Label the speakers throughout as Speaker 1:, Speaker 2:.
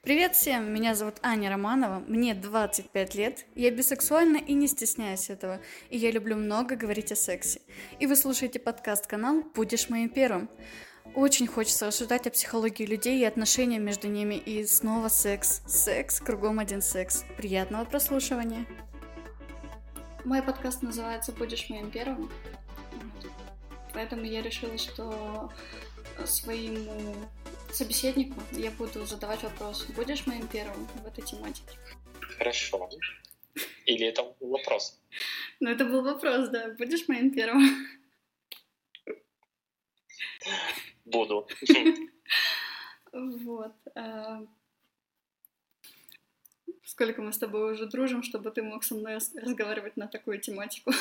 Speaker 1: Привет всем, меня зовут Аня Романова, мне 25 лет, я бисексуальна и не стесняюсь этого, и я люблю много говорить о сексе. И вы слушаете подкаст-канал «Будешь моим первым». Очень хочется рассуждать о психологии людей и отношениях между ними, и снова секс. Секс, кругом один секс. Приятного прослушивания. Мой подкаст называется «Будешь моим первым», поэтому я решила, что своему собеседнику я буду задавать вопрос: будешь моим первым в этой тематике?
Speaker 2: Хорошо. Или это вопрос?
Speaker 1: Ну, это был вопрос, да. Будешь моим первым?
Speaker 2: Буду.
Speaker 1: Вот. Сколько мы с тобой уже дружим, чтобы ты мог со мной разговаривать на такую тематику?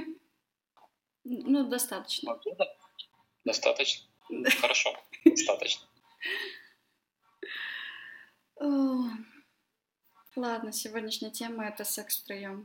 Speaker 1: Ну, достаточно.
Speaker 2: Достаточно? Хорошо, достаточно.
Speaker 1: Ладно, сегодняшняя тема — это секс втроём.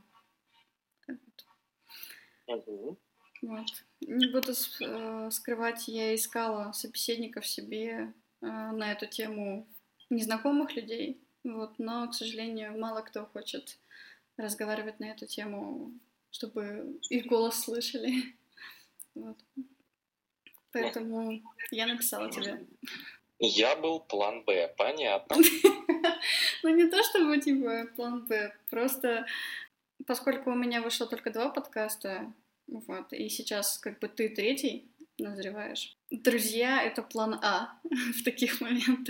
Speaker 2: Угу.
Speaker 1: Вот. Не буду скрывать, я искала собеседников себе на эту тему незнакомых людей, вот, но, к сожалению, мало кто хочет разговаривать на эту тему, чтобы их голос слышали. Вот. Поэтому я написала тебе.
Speaker 2: Я был план Б, понятно.
Speaker 1: Ну, не то чтобы, типа, план Б, просто поскольку у меня вышло только 2 подкаста, вот, и сейчас как бы ты третий назреваешь. Друзья — это план А в таких моментах.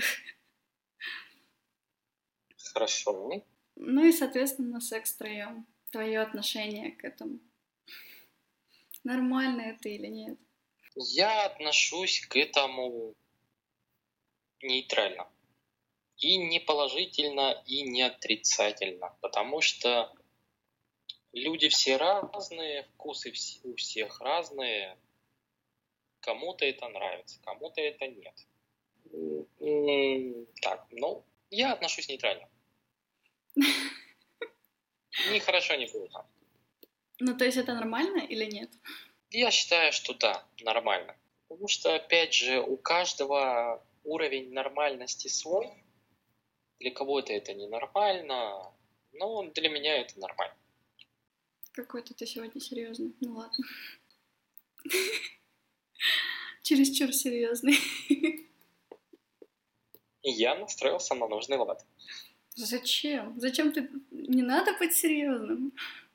Speaker 2: Хорошо.
Speaker 1: Ну и, соответственно, секс втроём. Твое отношение к этому. Нормально это или нет?
Speaker 2: Я отношусь к этому нейтрально. И не положительно, и не отрицательно. Потому что люди все разные, вкусы у всех разные. Кому-то это нравится, кому-то это нет. Так, я отношусь нейтрально. Ни хорошо, ни плохо.
Speaker 1: Ну, то есть это нормально или нет?
Speaker 2: Я считаю, что да, нормально. Потому что, опять же, у каждого уровень нормальности свой. Для кого-то это ненормально, но для меня это нормально.
Speaker 1: Какой-то ты сегодня серьезный. Ну ладно. Чересчур серьезный.
Speaker 2: И я настроился на нужный лад.
Speaker 1: Зачем? Зачем ты... Не надо быть серьезным.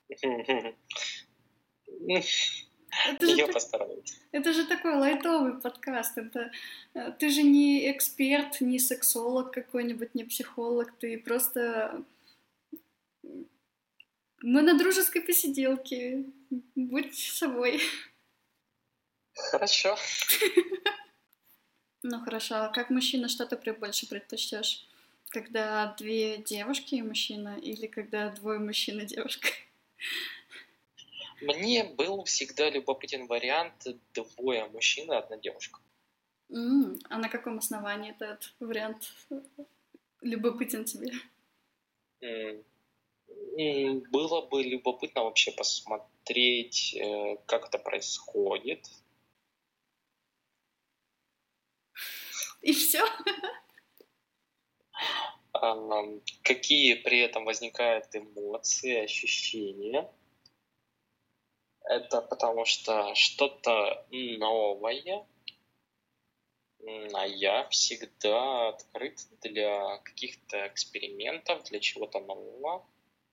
Speaker 2: Я постараюсь.
Speaker 1: Это же такой лайтовый подкаст. Ты же не эксперт, не сексолог какой-нибудь, не психолог. Ты просто... Мы на дружеской посиделке. Будь собой.
Speaker 2: Хорошо.
Speaker 1: Ну хорошо, а как мужчина, что ты больше предпочтешь? Когда 2 девушки и мужчина, или когда 2 мужчин и девушка?
Speaker 2: Мне был всегда любопытен вариант 2 мужчин и 1 девушка.
Speaker 1: А на каком основании этот вариант любопытен тебе?
Speaker 2: Было бы любопытно вообще посмотреть, как это происходит.
Speaker 1: И все?
Speaker 2: Какие при этом возникают эмоции, ощущения. Это потому что что-то новое, а я всегда открыт для каких-то экспериментов, для чего-то нового.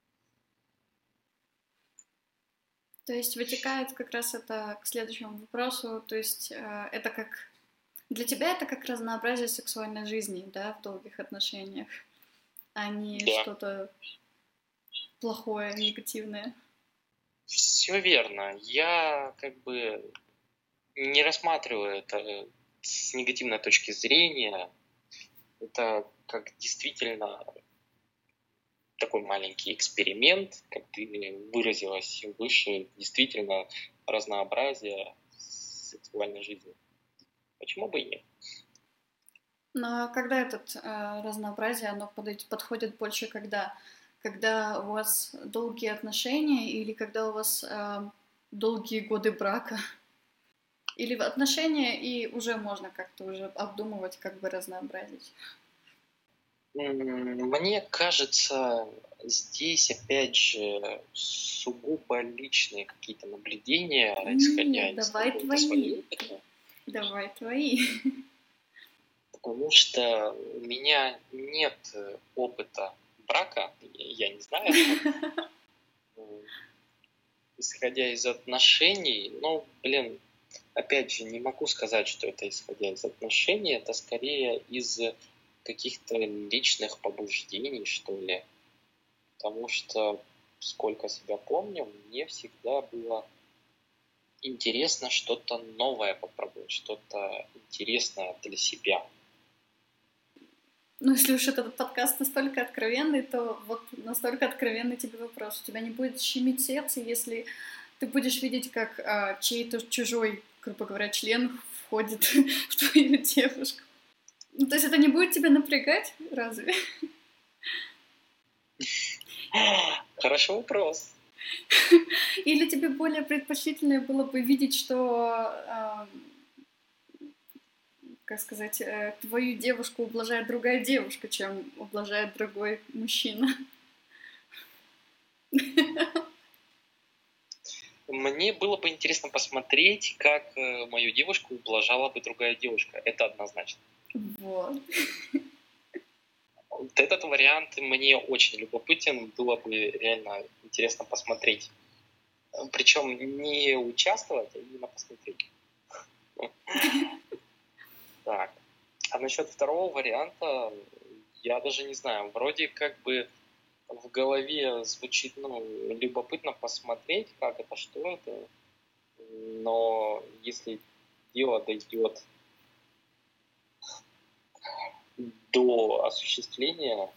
Speaker 1: То есть вытекает как раз это к следующему вопросу, то есть это как... Для тебя это как разнообразие сексуальной жизни, да, в долгих отношениях, а не
Speaker 2: Да.
Speaker 1: что-то плохое, негативное.
Speaker 2: Все верно. Я как бы не рассматриваю это с негативной точки зрения. Это как действительно такой маленький эксперимент, как ты выразилась выше, действительно разнообразие сексуальной жизни. Почему бы и нет?
Speaker 1: Но когда это разнообразие, оно подходит больше когда у вас долгие отношения или когда у вас долгие годы брака? Или в отношения, и уже можно как-то уже обдумывать, как бы разнообразить?
Speaker 2: Мне кажется, здесь опять же сугубо личные какие-то наблюдения, исходя
Speaker 1: Нет,
Speaker 2: из
Speaker 1: давай
Speaker 2: какого-то своего
Speaker 1: твои.
Speaker 2: опыта,
Speaker 1: Давай твои.
Speaker 2: потому что у меня нет опыта брака, я не знаю, исходя из отношений, ну, блин, опять же, не могу сказать, что это исходя из отношений, это скорее из каких-то личных побуждений, что ли. Потому что, сколько себя помню, мне всегда было интересно что-то новое попробовать, что-то интересное для себя.
Speaker 1: Ну, если уж этот подкаст настолько откровенный, то вот настолько откровенный тебе вопрос. У тебя не будет щемить сердце, если ты будешь видеть, как чей-то чужой, грубо говоря, член входит в твою девушку. Ну, то есть это не будет тебя напрягать, разве?
Speaker 2: Хороший вопрос.
Speaker 1: Или тебе более предпочтительнее было бы видеть, что, как сказать, твою девушку ублажает другая девушка, чем ублажает другой мужчина?
Speaker 2: Мне было бы интересно посмотреть, как мою девушку ублажала бы другая девушка. Это однозначно.
Speaker 1: Вот.
Speaker 2: Вот этот вариант мне очень любопытен, было бы реально интересно посмотреть. Причем не участвовать, а именно посмотреть. Так. А насчет второго варианта, я даже не знаю. Вроде как бы в голове звучит, любопытно посмотреть, как это, что это. Но если дело дойдет до осуществления,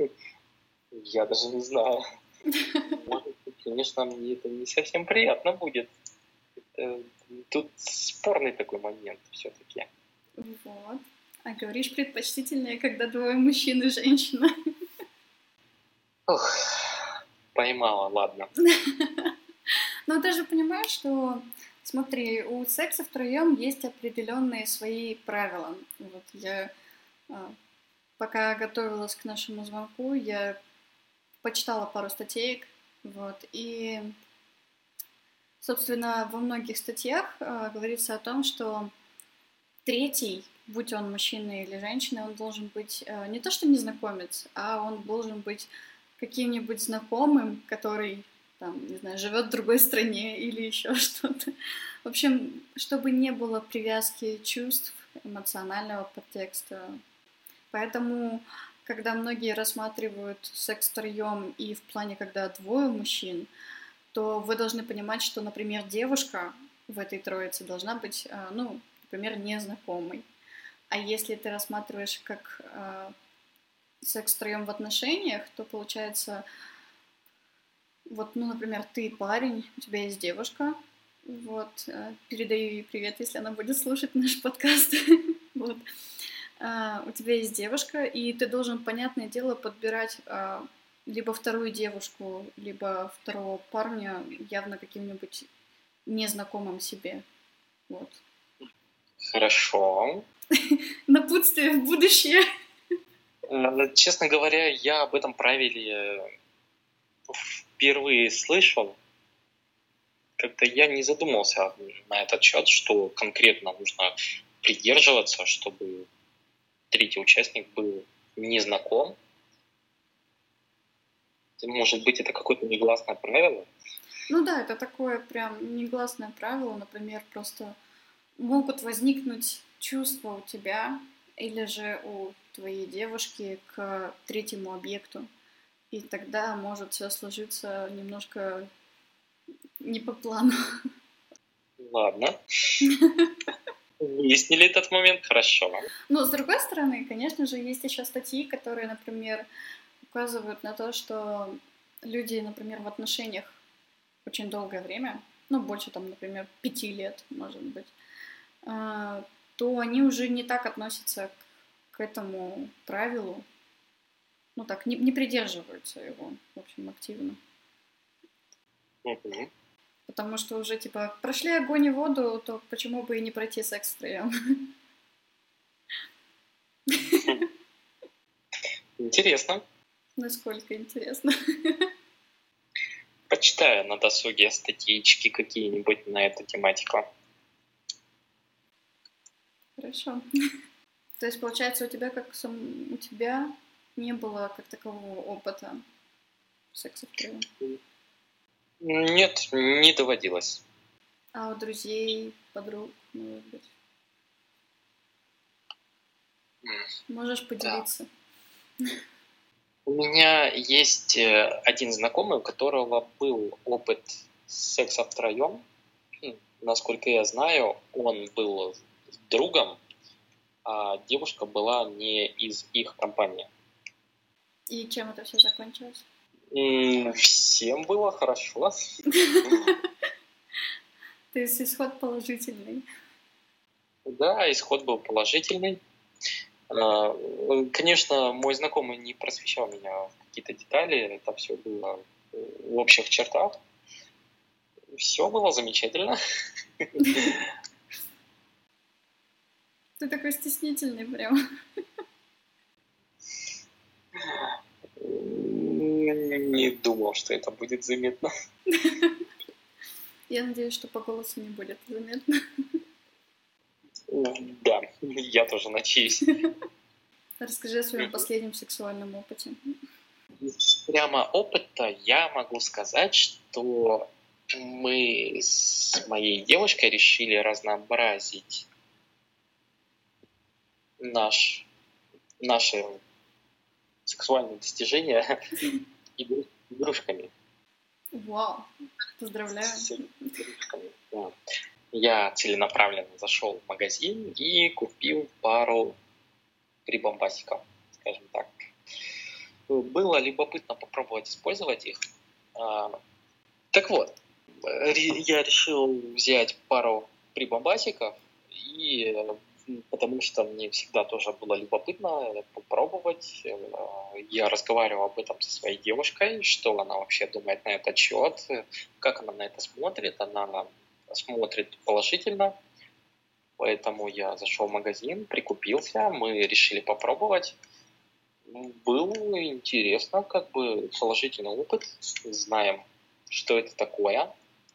Speaker 2: я даже не знаю. Может быть, конечно, мне это не совсем приятно будет. Тут спорный такой момент все-таки.
Speaker 1: Вот. А говоришь, предпочтительнее, когда двое мужчин и женщина.
Speaker 2: Ох, поймала, ладно.
Speaker 1: Но ты же понимаешь, что, смотри, у секса втроем есть определенные свои правила. Вот я, пока готовилась к нашему звонку, я почитала пару статей, вот, и, собственно, во многих статьях говорится о том, что третий, будь он мужчина или женщина, он должен быть не то что незнакомец, а он должен быть каким-нибудь знакомым, который, там, не знаю, живет в другой стране или еще что-то. В общем, чтобы не было привязки чувств, эмоционального подтекста. Поэтому, когда многие рассматривают секс втроем и в плане, когда двое мужчин, то вы должны понимать, что, например, девушка в этой троице должна быть, ну, например, незнакомой. А если ты рассматриваешь как секс втроем в отношениях, то получается, вот, ну, например, ты парень, у тебя есть девушка, вот, передаю ей привет, если она будет слушать наш подкаст, вот, у тебя есть девушка, и ты должен, понятное дело, подбирать либо вторую девушку, либо второго парня явно каким-нибудь незнакомым себе, вот.
Speaker 2: Хорошо.
Speaker 1: Напутствие в будущее.
Speaker 2: Честно говоря, я об этом правиле впервые слышал. Как-то я не задумался на этот счет, что конкретно нужно придерживаться, чтобы третий участник был не знаком. Может быть, это какое-то негласное правило?
Speaker 1: Ну да, это такое прям негласное правило, например, просто могут возникнуть чувства у тебя или же у твоей девушки к третьему объекту, и тогда может все сложиться немножко не по плану.
Speaker 2: Ладно. Выяснили этот момент, хорошо.
Speaker 1: Но с другой стороны, конечно же, есть еще статьи, которые, например, указывают на то, что люди, например, в отношениях очень долгое время, ну, больше там, например, 5 лет, может быть, то они уже не так относятся к этому правилу, ну так, не придерживаются его, в общем, активно.
Speaker 2: Угу.
Speaker 1: Потому что уже, типа, прошли огонь и воду, то почему бы и не пройти секс втроем?
Speaker 2: Интересно.
Speaker 1: Насколько интересно.
Speaker 2: Почитаю на досуге статьички какие-нибудь на эту тематику.
Speaker 1: Хорошо. То есть, получается, у тебя не было как такового опыта секса втроем?
Speaker 2: Нет, не доводилось.
Speaker 1: А у друзей, подруг, может быть? Можешь поделиться?
Speaker 2: У меня есть один знакомый, у которого был опыт секса втроем. Насколько я знаю, он был другом, а девушка была не из их компании.
Speaker 1: И чем это все закончилось?
Speaker 2: Всем было хорошо.
Speaker 1: То есть исход положительный?
Speaker 2: Да, исход был положительный. Конечно, мой знакомый не просвещал меня в какие-то детали, это все было в общих чертах. Все было замечательно.
Speaker 1: Ты такой стеснительный прям.
Speaker 2: Не думал, что это будет заметно.
Speaker 1: Я надеюсь, что по голосу не будет заметно.
Speaker 2: Да, я тоже надеюсь.
Speaker 1: Расскажи о своем последнем сексуальном опыте.
Speaker 2: Прямо опыта я могу сказать, что мы с моей девушкой решили разнообразить наши сексуальные достижения игрушками.
Speaker 1: Вау, поздравляю.
Speaker 2: Да. Я целенаправленно зашел в магазин и купил пару прибамбасиков, скажем так. Было любопытно попробовать использовать их. Так вот, я решил взять пару прибамбасиков, и потому что мне всегда тоже было любопытно попробовать. Я разговаривал об этом со своей девушкой, что она вообще думает на этот счет, как она на это смотрит. Она смотрит положительно, поэтому я зашел в магазин, прикупился, мы решили попробовать. Был интересно, положительный опыт, знаем, что это такое,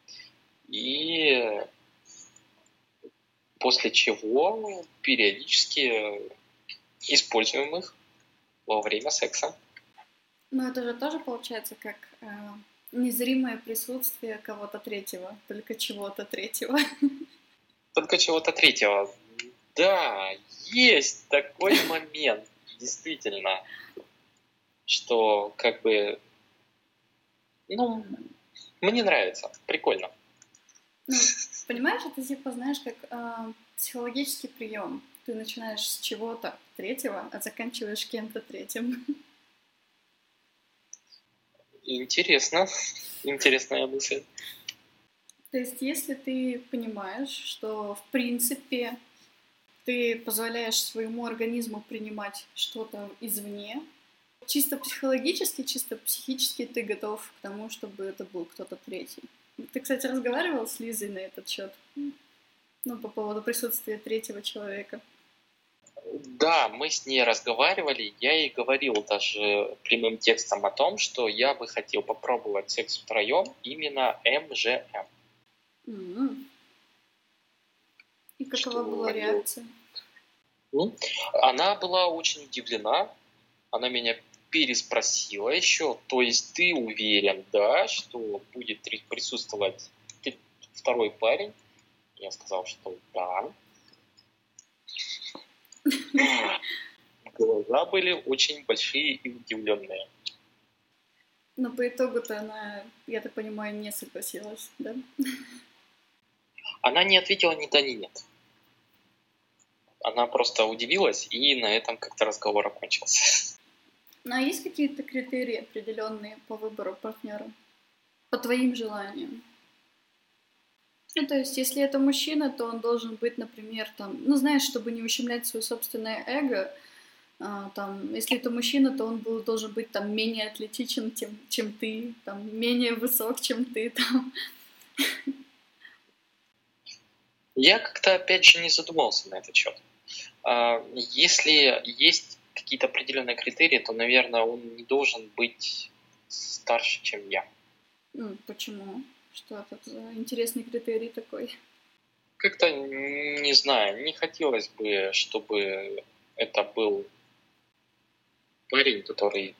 Speaker 2: и после чего периодически используем их во время секса.
Speaker 1: Но это же тоже получается как незримое присутствие кого-то третьего, только чего-то третьего.
Speaker 2: Только чего-то третьего. Да, есть такой момент, действительно, что мне нравится, прикольно.
Speaker 1: Ну, понимаешь, это типа, знаешь, как психологический прием. Ты начинаешь с чего-то третьего, а заканчиваешь кем-то третьим.
Speaker 2: Интересно. Интересная мысль.
Speaker 1: То есть, если ты понимаешь, что, в принципе, ты позволяешь своему организму принимать что-то извне, чисто психологически, чисто психически ты готов к тому, чтобы это был кто-то третий. Ты, кстати, разговаривал с Лизой на этот счет? Ну, по поводу присутствия третьего человека.
Speaker 2: Да, мы с ней разговаривали, я ей говорил даже прямым текстом о том, что я бы хотел попробовать секс втроем именно МЖМ.
Speaker 1: Mm-hmm. И какова была реакция?
Speaker 2: Она была очень удивлена, она меня переспросила еще, то есть ты уверен, да, что будет присутствовать второй парень? Я сказал, что да. Глаза были очень большие и удивленные.
Speaker 1: Но по итогу-то она, я так понимаю, не согласилась, да?
Speaker 2: Она не ответила ни да, ни нет. Она просто удивилась, и на этом как-то разговор окончился.
Speaker 1: Ну, а есть какие-то критерии определенные по выбору партнера? По твоим желаниям? Ну, то есть, если это мужчина, то он должен быть, например, там, ну, знаешь, чтобы не ущемлять свое собственное эго, там, если это мужчина, то он должен быть там менее атлетичен, чем ты, там, менее высок, чем ты, там.
Speaker 2: Я как-то, опять же, не задумался на этот счет. Если есть какие-то определенные критерии, то, наверное, он не должен быть старше, чем я.
Speaker 1: Почему? Что это за интересный критерий такой?
Speaker 2: Как-то, не знаю, не хотелось бы, чтобы это был парень, который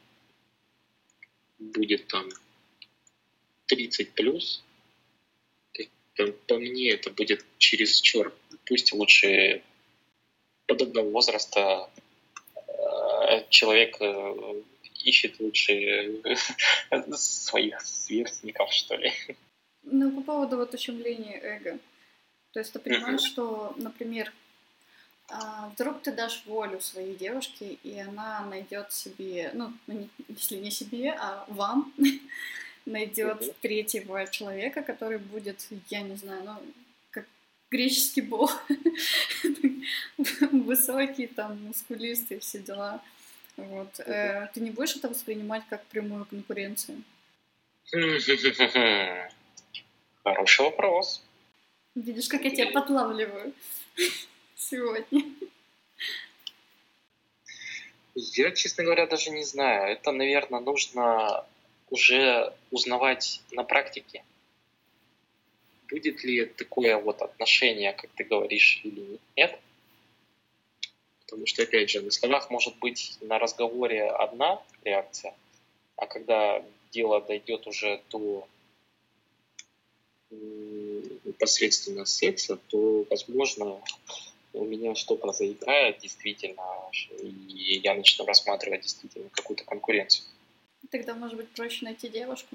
Speaker 2: будет там 30 плюс. По мне это будет чересчур. Пусть лучше подобного возраста человек ищет лучше своих сверстников, что ли.
Speaker 1: Ну, по поводу вот ущемления эго. То есть ты понимаешь, что, например, вдруг ты дашь волю своей девушке, и она найдет себе, если не себе, а вам, найдет третьего человека, который будет, я не знаю, как греческий бог, высокий, там, мускулистый, все дела. Вот. Ты не будешь это воспринимать как прямую конкуренцию?
Speaker 2: Хороший вопрос.
Speaker 1: Видишь, как я тебя подлавливаю сегодня.
Speaker 2: Я, честно говоря, даже не знаю. Это, наверное, нужно уже узнавать на практике. Будет ли такое вот отношение, как ты говоришь, или нет. Потому что, опять же, на словах может быть на разговоре одна реакция, а когда дело дойдет уже до непосредственно секса, то, возможно, у меня что-то заиграет действительно, и я начну рассматривать действительно какую-то конкуренцию.
Speaker 1: Тогда, может быть, проще найти девушку?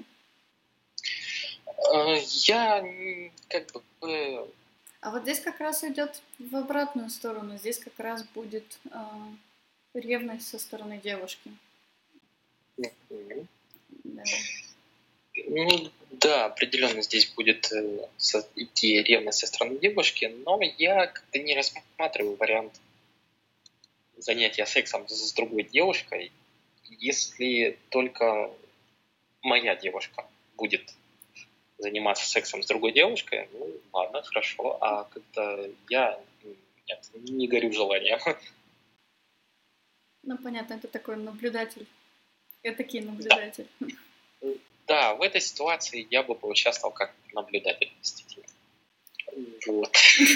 Speaker 2: Я как бы...
Speaker 1: А вот здесь как раз идет в обратную сторону. Здесь как раз будет ревность со стороны девушки.
Speaker 2: Да. Ну да, определенно здесь будет идти ревность со стороны девушки, но я как-то не рассматриваю вариант занятия сексом с другой девушкой, если только моя девушка будет заниматься сексом с другой девушкой, ну ладно, хорошо, а когда я нет, не горю желанием.
Speaker 1: Ну, понятно, это такой наблюдатель. Этакий наблюдатель.
Speaker 2: Да, в этой ситуации я бы поучаствовал как наблюдатель, действительно. Вот.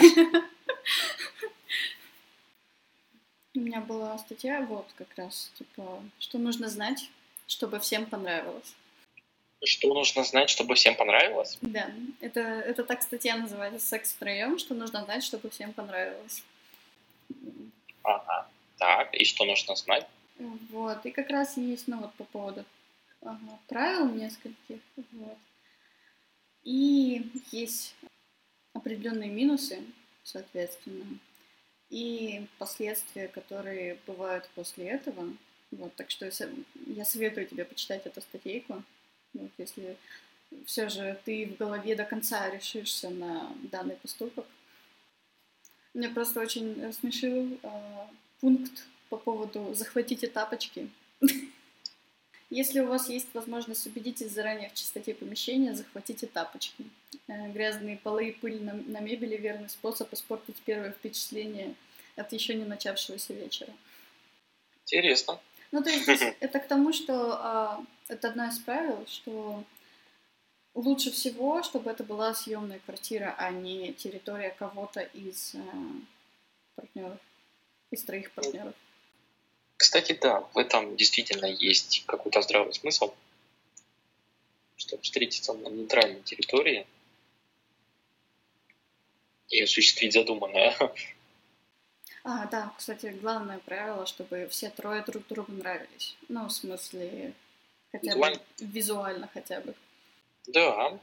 Speaker 1: У меня была статья, вот как раз, типа, что нужно знать, чтобы всем понравилось.
Speaker 2: Что нужно знать, чтобы всем понравилось?
Speaker 1: Да, это так статья называется «Секс втроём», что нужно знать, чтобы всем понравилось.
Speaker 2: Ага, так, и что нужно знать?
Speaker 1: Вот, и как раз есть, вот по поводу правил нескольких, вот. И есть определенные минусы, соответственно, и последствия, которые бывают после этого. Вот, так что я советую тебе почитать эту статейку. Вот, если все же ты в голове до конца решишься на данный поступок. Меня просто очень смешил пункт по поводу «захватите тапочки». Если у вас есть возможность, убедитесь заранее в чистоте помещения, захватите тапочки. Грязные полы и пыль на мебели — верный способ испортить первое впечатление от еще не начавшегося вечера.
Speaker 2: Интересно.
Speaker 1: Ну, то есть это к тому, что это одно из правил, что лучше всего, чтобы это была съемная квартира, а не территория кого-то из партнеров, из троих партнеров.
Speaker 2: Кстати, да, в этом действительно есть какой-то здравый смысл, чтобы встретиться на нейтральной территории и осуществить задуманное.
Speaker 1: Да, кстати, главное правило, чтобы все трое друг другу нравились. Ну, в смысле, хотя бы визуально хотя бы.
Speaker 2: Да.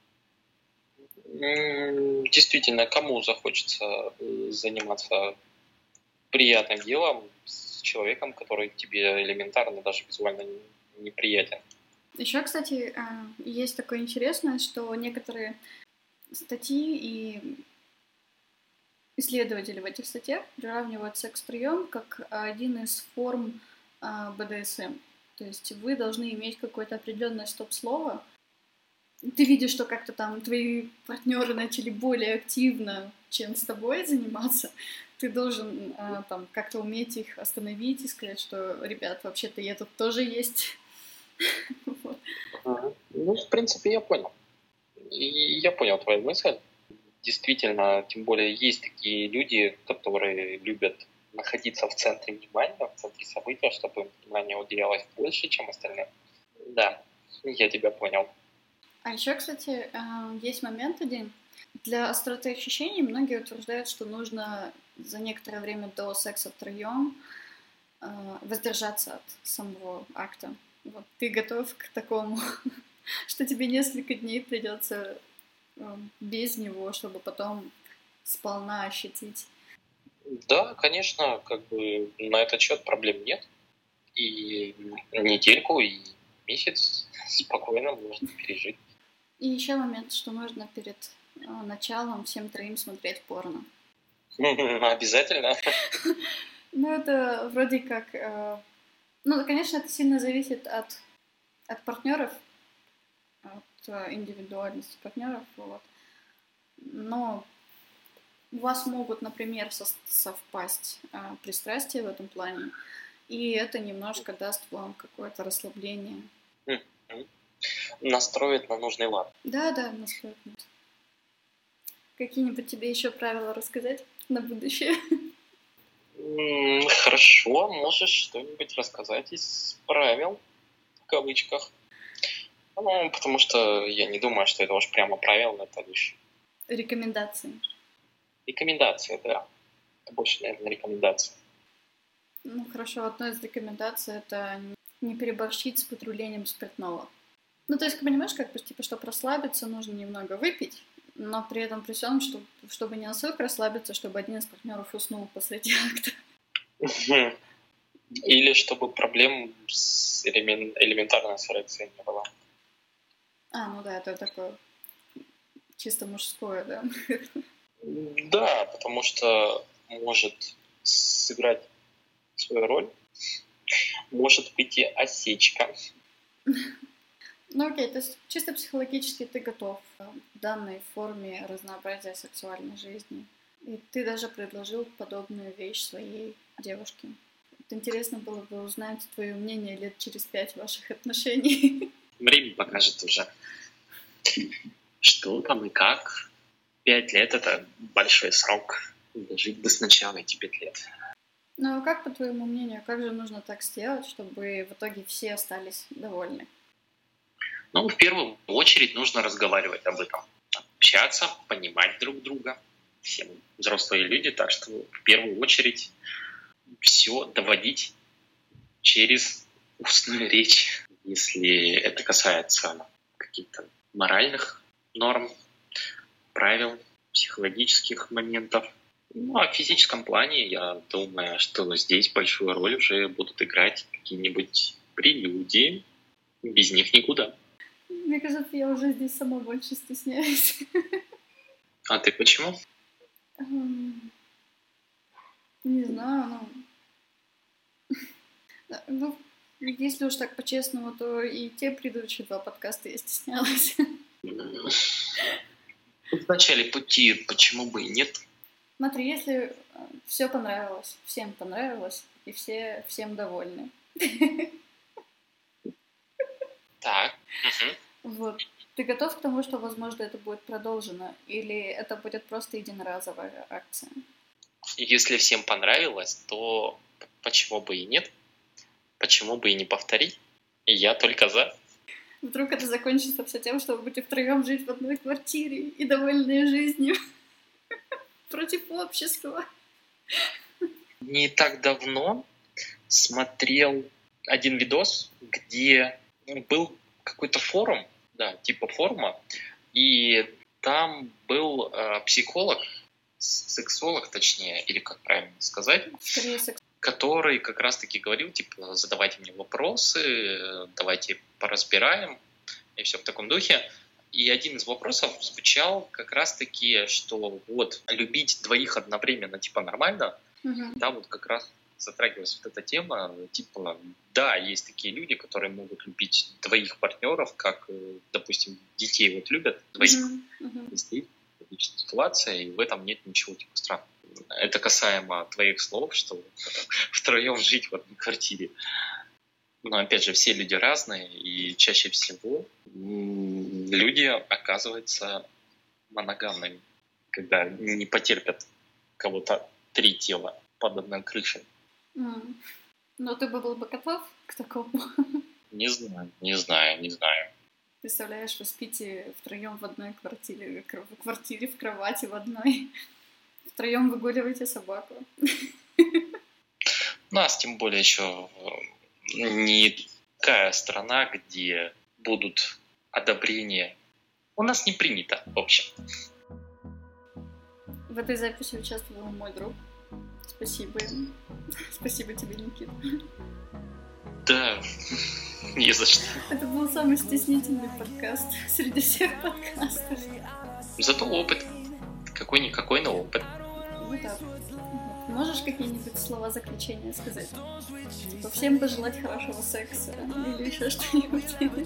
Speaker 2: Действительно, кому захочется заниматься приятным делом с человеком, который тебе элементарно даже визуально неприятен.
Speaker 1: Еще, кстати, есть такое интересное, что некоторые статьи и исследователи в этих статьях приравнивают секс-прием как один из форм БДСМ. То есть вы должны иметь какое-то определенное стоп-слово, ты видишь, что как-то там твои партнеры начали более активно, чем с тобой заниматься, ты должен там как-то уметь их остановить и сказать, что, ребят, вообще-то я тут тоже есть. Вот.
Speaker 2: Ну, в принципе, я понял. И я понял твою мысль. Действительно, тем более есть такие люди, которые любят находиться в центре внимания, в центре события, чтобы им внимание уделялось больше, чем остальным. Да, я тебя понял.
Speaker 1: А еще, кстати, есть момент один. Для остроты ощущений многие утверждают, что нужно за некоторое время до секса втроем воздержаться от самого акта. Вот ты готов к такому, что тебе несколько дней придется без него, чтобы потом сполна ощутить?
Speaker 2: Да, конечно, как бы на этот счет проблем нет. И недельку, и месяц спокойно можно пережить.
Speaker 1: И еще момент, что нужно перед началом всем троим смотреть порно.
Speaker 2: Обязательно.
Speaker 1: Ну, это вроде как... Ну, конечно, это сильно зависит от партнеров, от индивидуальности партнеров, вот. Но у вас могут, например, совпасть пристрастия в этом плане, и это немножко даст вам какое-то расслабление.
Speaker 2: Настроит на нужный лад.
Speaker 1: Да, настроит. Какие-нибудь тебе еще правила рассказать на будущее?
Speaker 2: Хорошо, можешь что-нибудь рассказать из правил, в кавычках. Ну, потому что я не думаю, что это уж прямо правило, это лишь...
Speaker 1: Рекомендации.
Speaker 2: Рекомендации, да. Это больше, наверное, рекомендации.
Speaker 1: Ну, хорошо, одна из рекомендаций — это не переборщить с потреблением спиртного. Ну, то есть, ты понимаешь, как бы, типа, чтобы расслабиться, нужно немного выпить, но при этом при всем, чтобы не настолько расслабиться, чтобы один из партнеров уснул посреди акта.
Speaker 2: Или чтобы проблем с элементарной эрекцией не было.
Speaker 1: Ну да, это такое чисто мужское, да?
Speaker 2: Да, потому что может сыграть свою роль, может быть и осечка.
Speaker 1: Ну окей, то есть чисто психологически ты готов к данной форме разнообразия сексуальной жизни. И ты даже предложил подобную вещь своей девушке. Вот интересно было бы узнать твое мнение лет через 5 ваших отношений.
Speaker 2: Время покажет уже, что там и как. 5 лет — это большой срок. Дожить бы сначала эти 5 лет.
Speaker 1: Ну а как, по твоему мнению, как же нужно так сделать, чтобы в итоге все остались довольны?
Speaker 2: Ну, в первую очередь нужно разговаривать об этом. Общаться, понимать друг друга. Все мы взрослые люди, так что в первую очередь все доводить через устную речь. Если это касается каких-то моральных норм, правил, психологических моментов. Ну, а в физическом плане, я думаю, что здесь большую роль уже будут играть какие-нибудь прелюдии. Без них никуда.
Speaker 1: Мне кажется, я уже здесь сама больше стесняюсь.
Speaker 2: А ты почему?
Speaker 1: Не знаю, ну, если уж так по-честному, то и те предыдущие 2 подкаста я стеснялась.
Speaker 2: В начале пути почему бы и нет?
Speaker 1: Смотри, если все понравилось, всем понравилось, и всем довольны.
Speaker 2: Так.
Speaker 1: Вот. Ты готов к тому, что, возможно, это будет продолжено? Или это будет просто единоразовая акция?
Speaker 2: Если всем понравилось, то почему бы и нет? Почему бы и не повторить? И я только за.
Speaker 1: Вдруг это закончится все тем, что вы будете втроем жить в одной квартире и довольные жизнью против общества.
Speaker 2: Не так давно смотрел один видос, где был какой-то форум, да, типа форума, и там был психолог, сексолог, точнее, или как правильно сказать,
Speaker 1: Скорее,
Speaker 2: который как раз-таки говорил, типа, задавайте мне вопросы, давайте поразбираем, и все в таком духе. И один из вопросов звучал как раз-таки, что вот любить двоих одновременно, типа, нормально, да, вот как раз затрагивалась вот эта тема, типа, да, есть такие люди, которые могут любить двоих партнеров, как, допустим, детей вот любят двоих. Есть личная ситуация, и в этом нет ничего типа странного. Это касаемо твоих слов, что втроем жить в одной квартире. Но опять же, все люди разные, и чаще всего люди оказываются моногамными, когда не потерпят кого-то 3 тела под одной крышей.
Speaker 1: Но ты был бы готов к такому?
Speaker 2: Не знаю.
Speaker 1: Представляешь, вы спите втроем в одной квартире, в кровати в одной. Втроем выгуливаете собаку.
Speaker 2: У нас тем более еще не такая страна, где будут одобрения. У нас не принято, в общем.
Speaker 1: В этой записи участвовал мой друг. Спасибо ему. Спасибо тебе, Никита.
Speaker 2: Да, не за что.
Speaker 1: Это был самый стеснительный подкаст среди всех подкастов.
Speaker 2: Зато опыт. Какой-никакой, но опыт.
Speaker 1: Ну да. Можешь какие-нибудь слова заключения сказать? Типа всем пожелать хорошего секса или еще что-нибудь?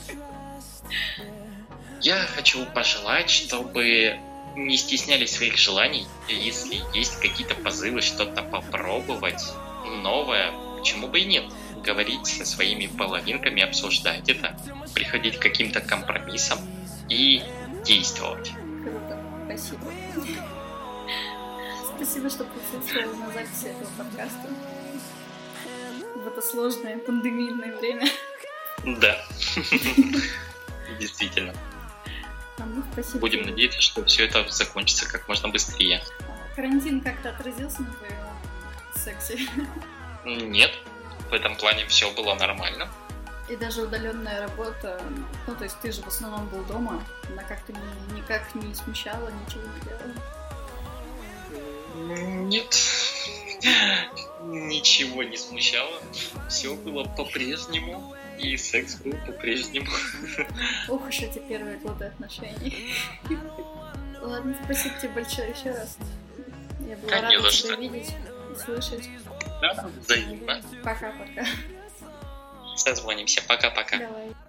Speaker 2: Я хочу пожелать, чтобы не стеснялись своих желаний. Если есть какие-то позывы что-то попробовать новое, почему бы и нет? Говорить со своими половинками, обсуждать это, приходить к каким-то компромиссам и действовать.
Speaker 1: Круто, спасибо. Спасибо, что присутствовал на записи этого подкаста в это сложное пандемийное время.
Speaker 2: Да, действительно.
Speaker 1: Спасибо.
Speaker 2: Будем надеяться, что все это закончится как можно быстрее.
Speaker 1: Карантин как-то отразился на твоем сексе?
Speaker 2: Нет, в этом плане все было нормально.
Speaker 1: И даже удаленная работа, ну то есть ты же в основном был дома, она как-то никак не смущала, ничего не делала?
Speaker 2: Нет, ничего не смущало, все было по-прежнему. И секс был по-прежнему.
Speaker 1: Ох уж эти первые годы отношений. Ладно, спасибо тебе большое еще раз. Я была рада тебя видеть и слышать.
Speaker 2: Да, взаимно.
Speaker 1: Пока-пока.
Speaker 2: Созвонимся. Пока-пока.
Speaker 1: Давай.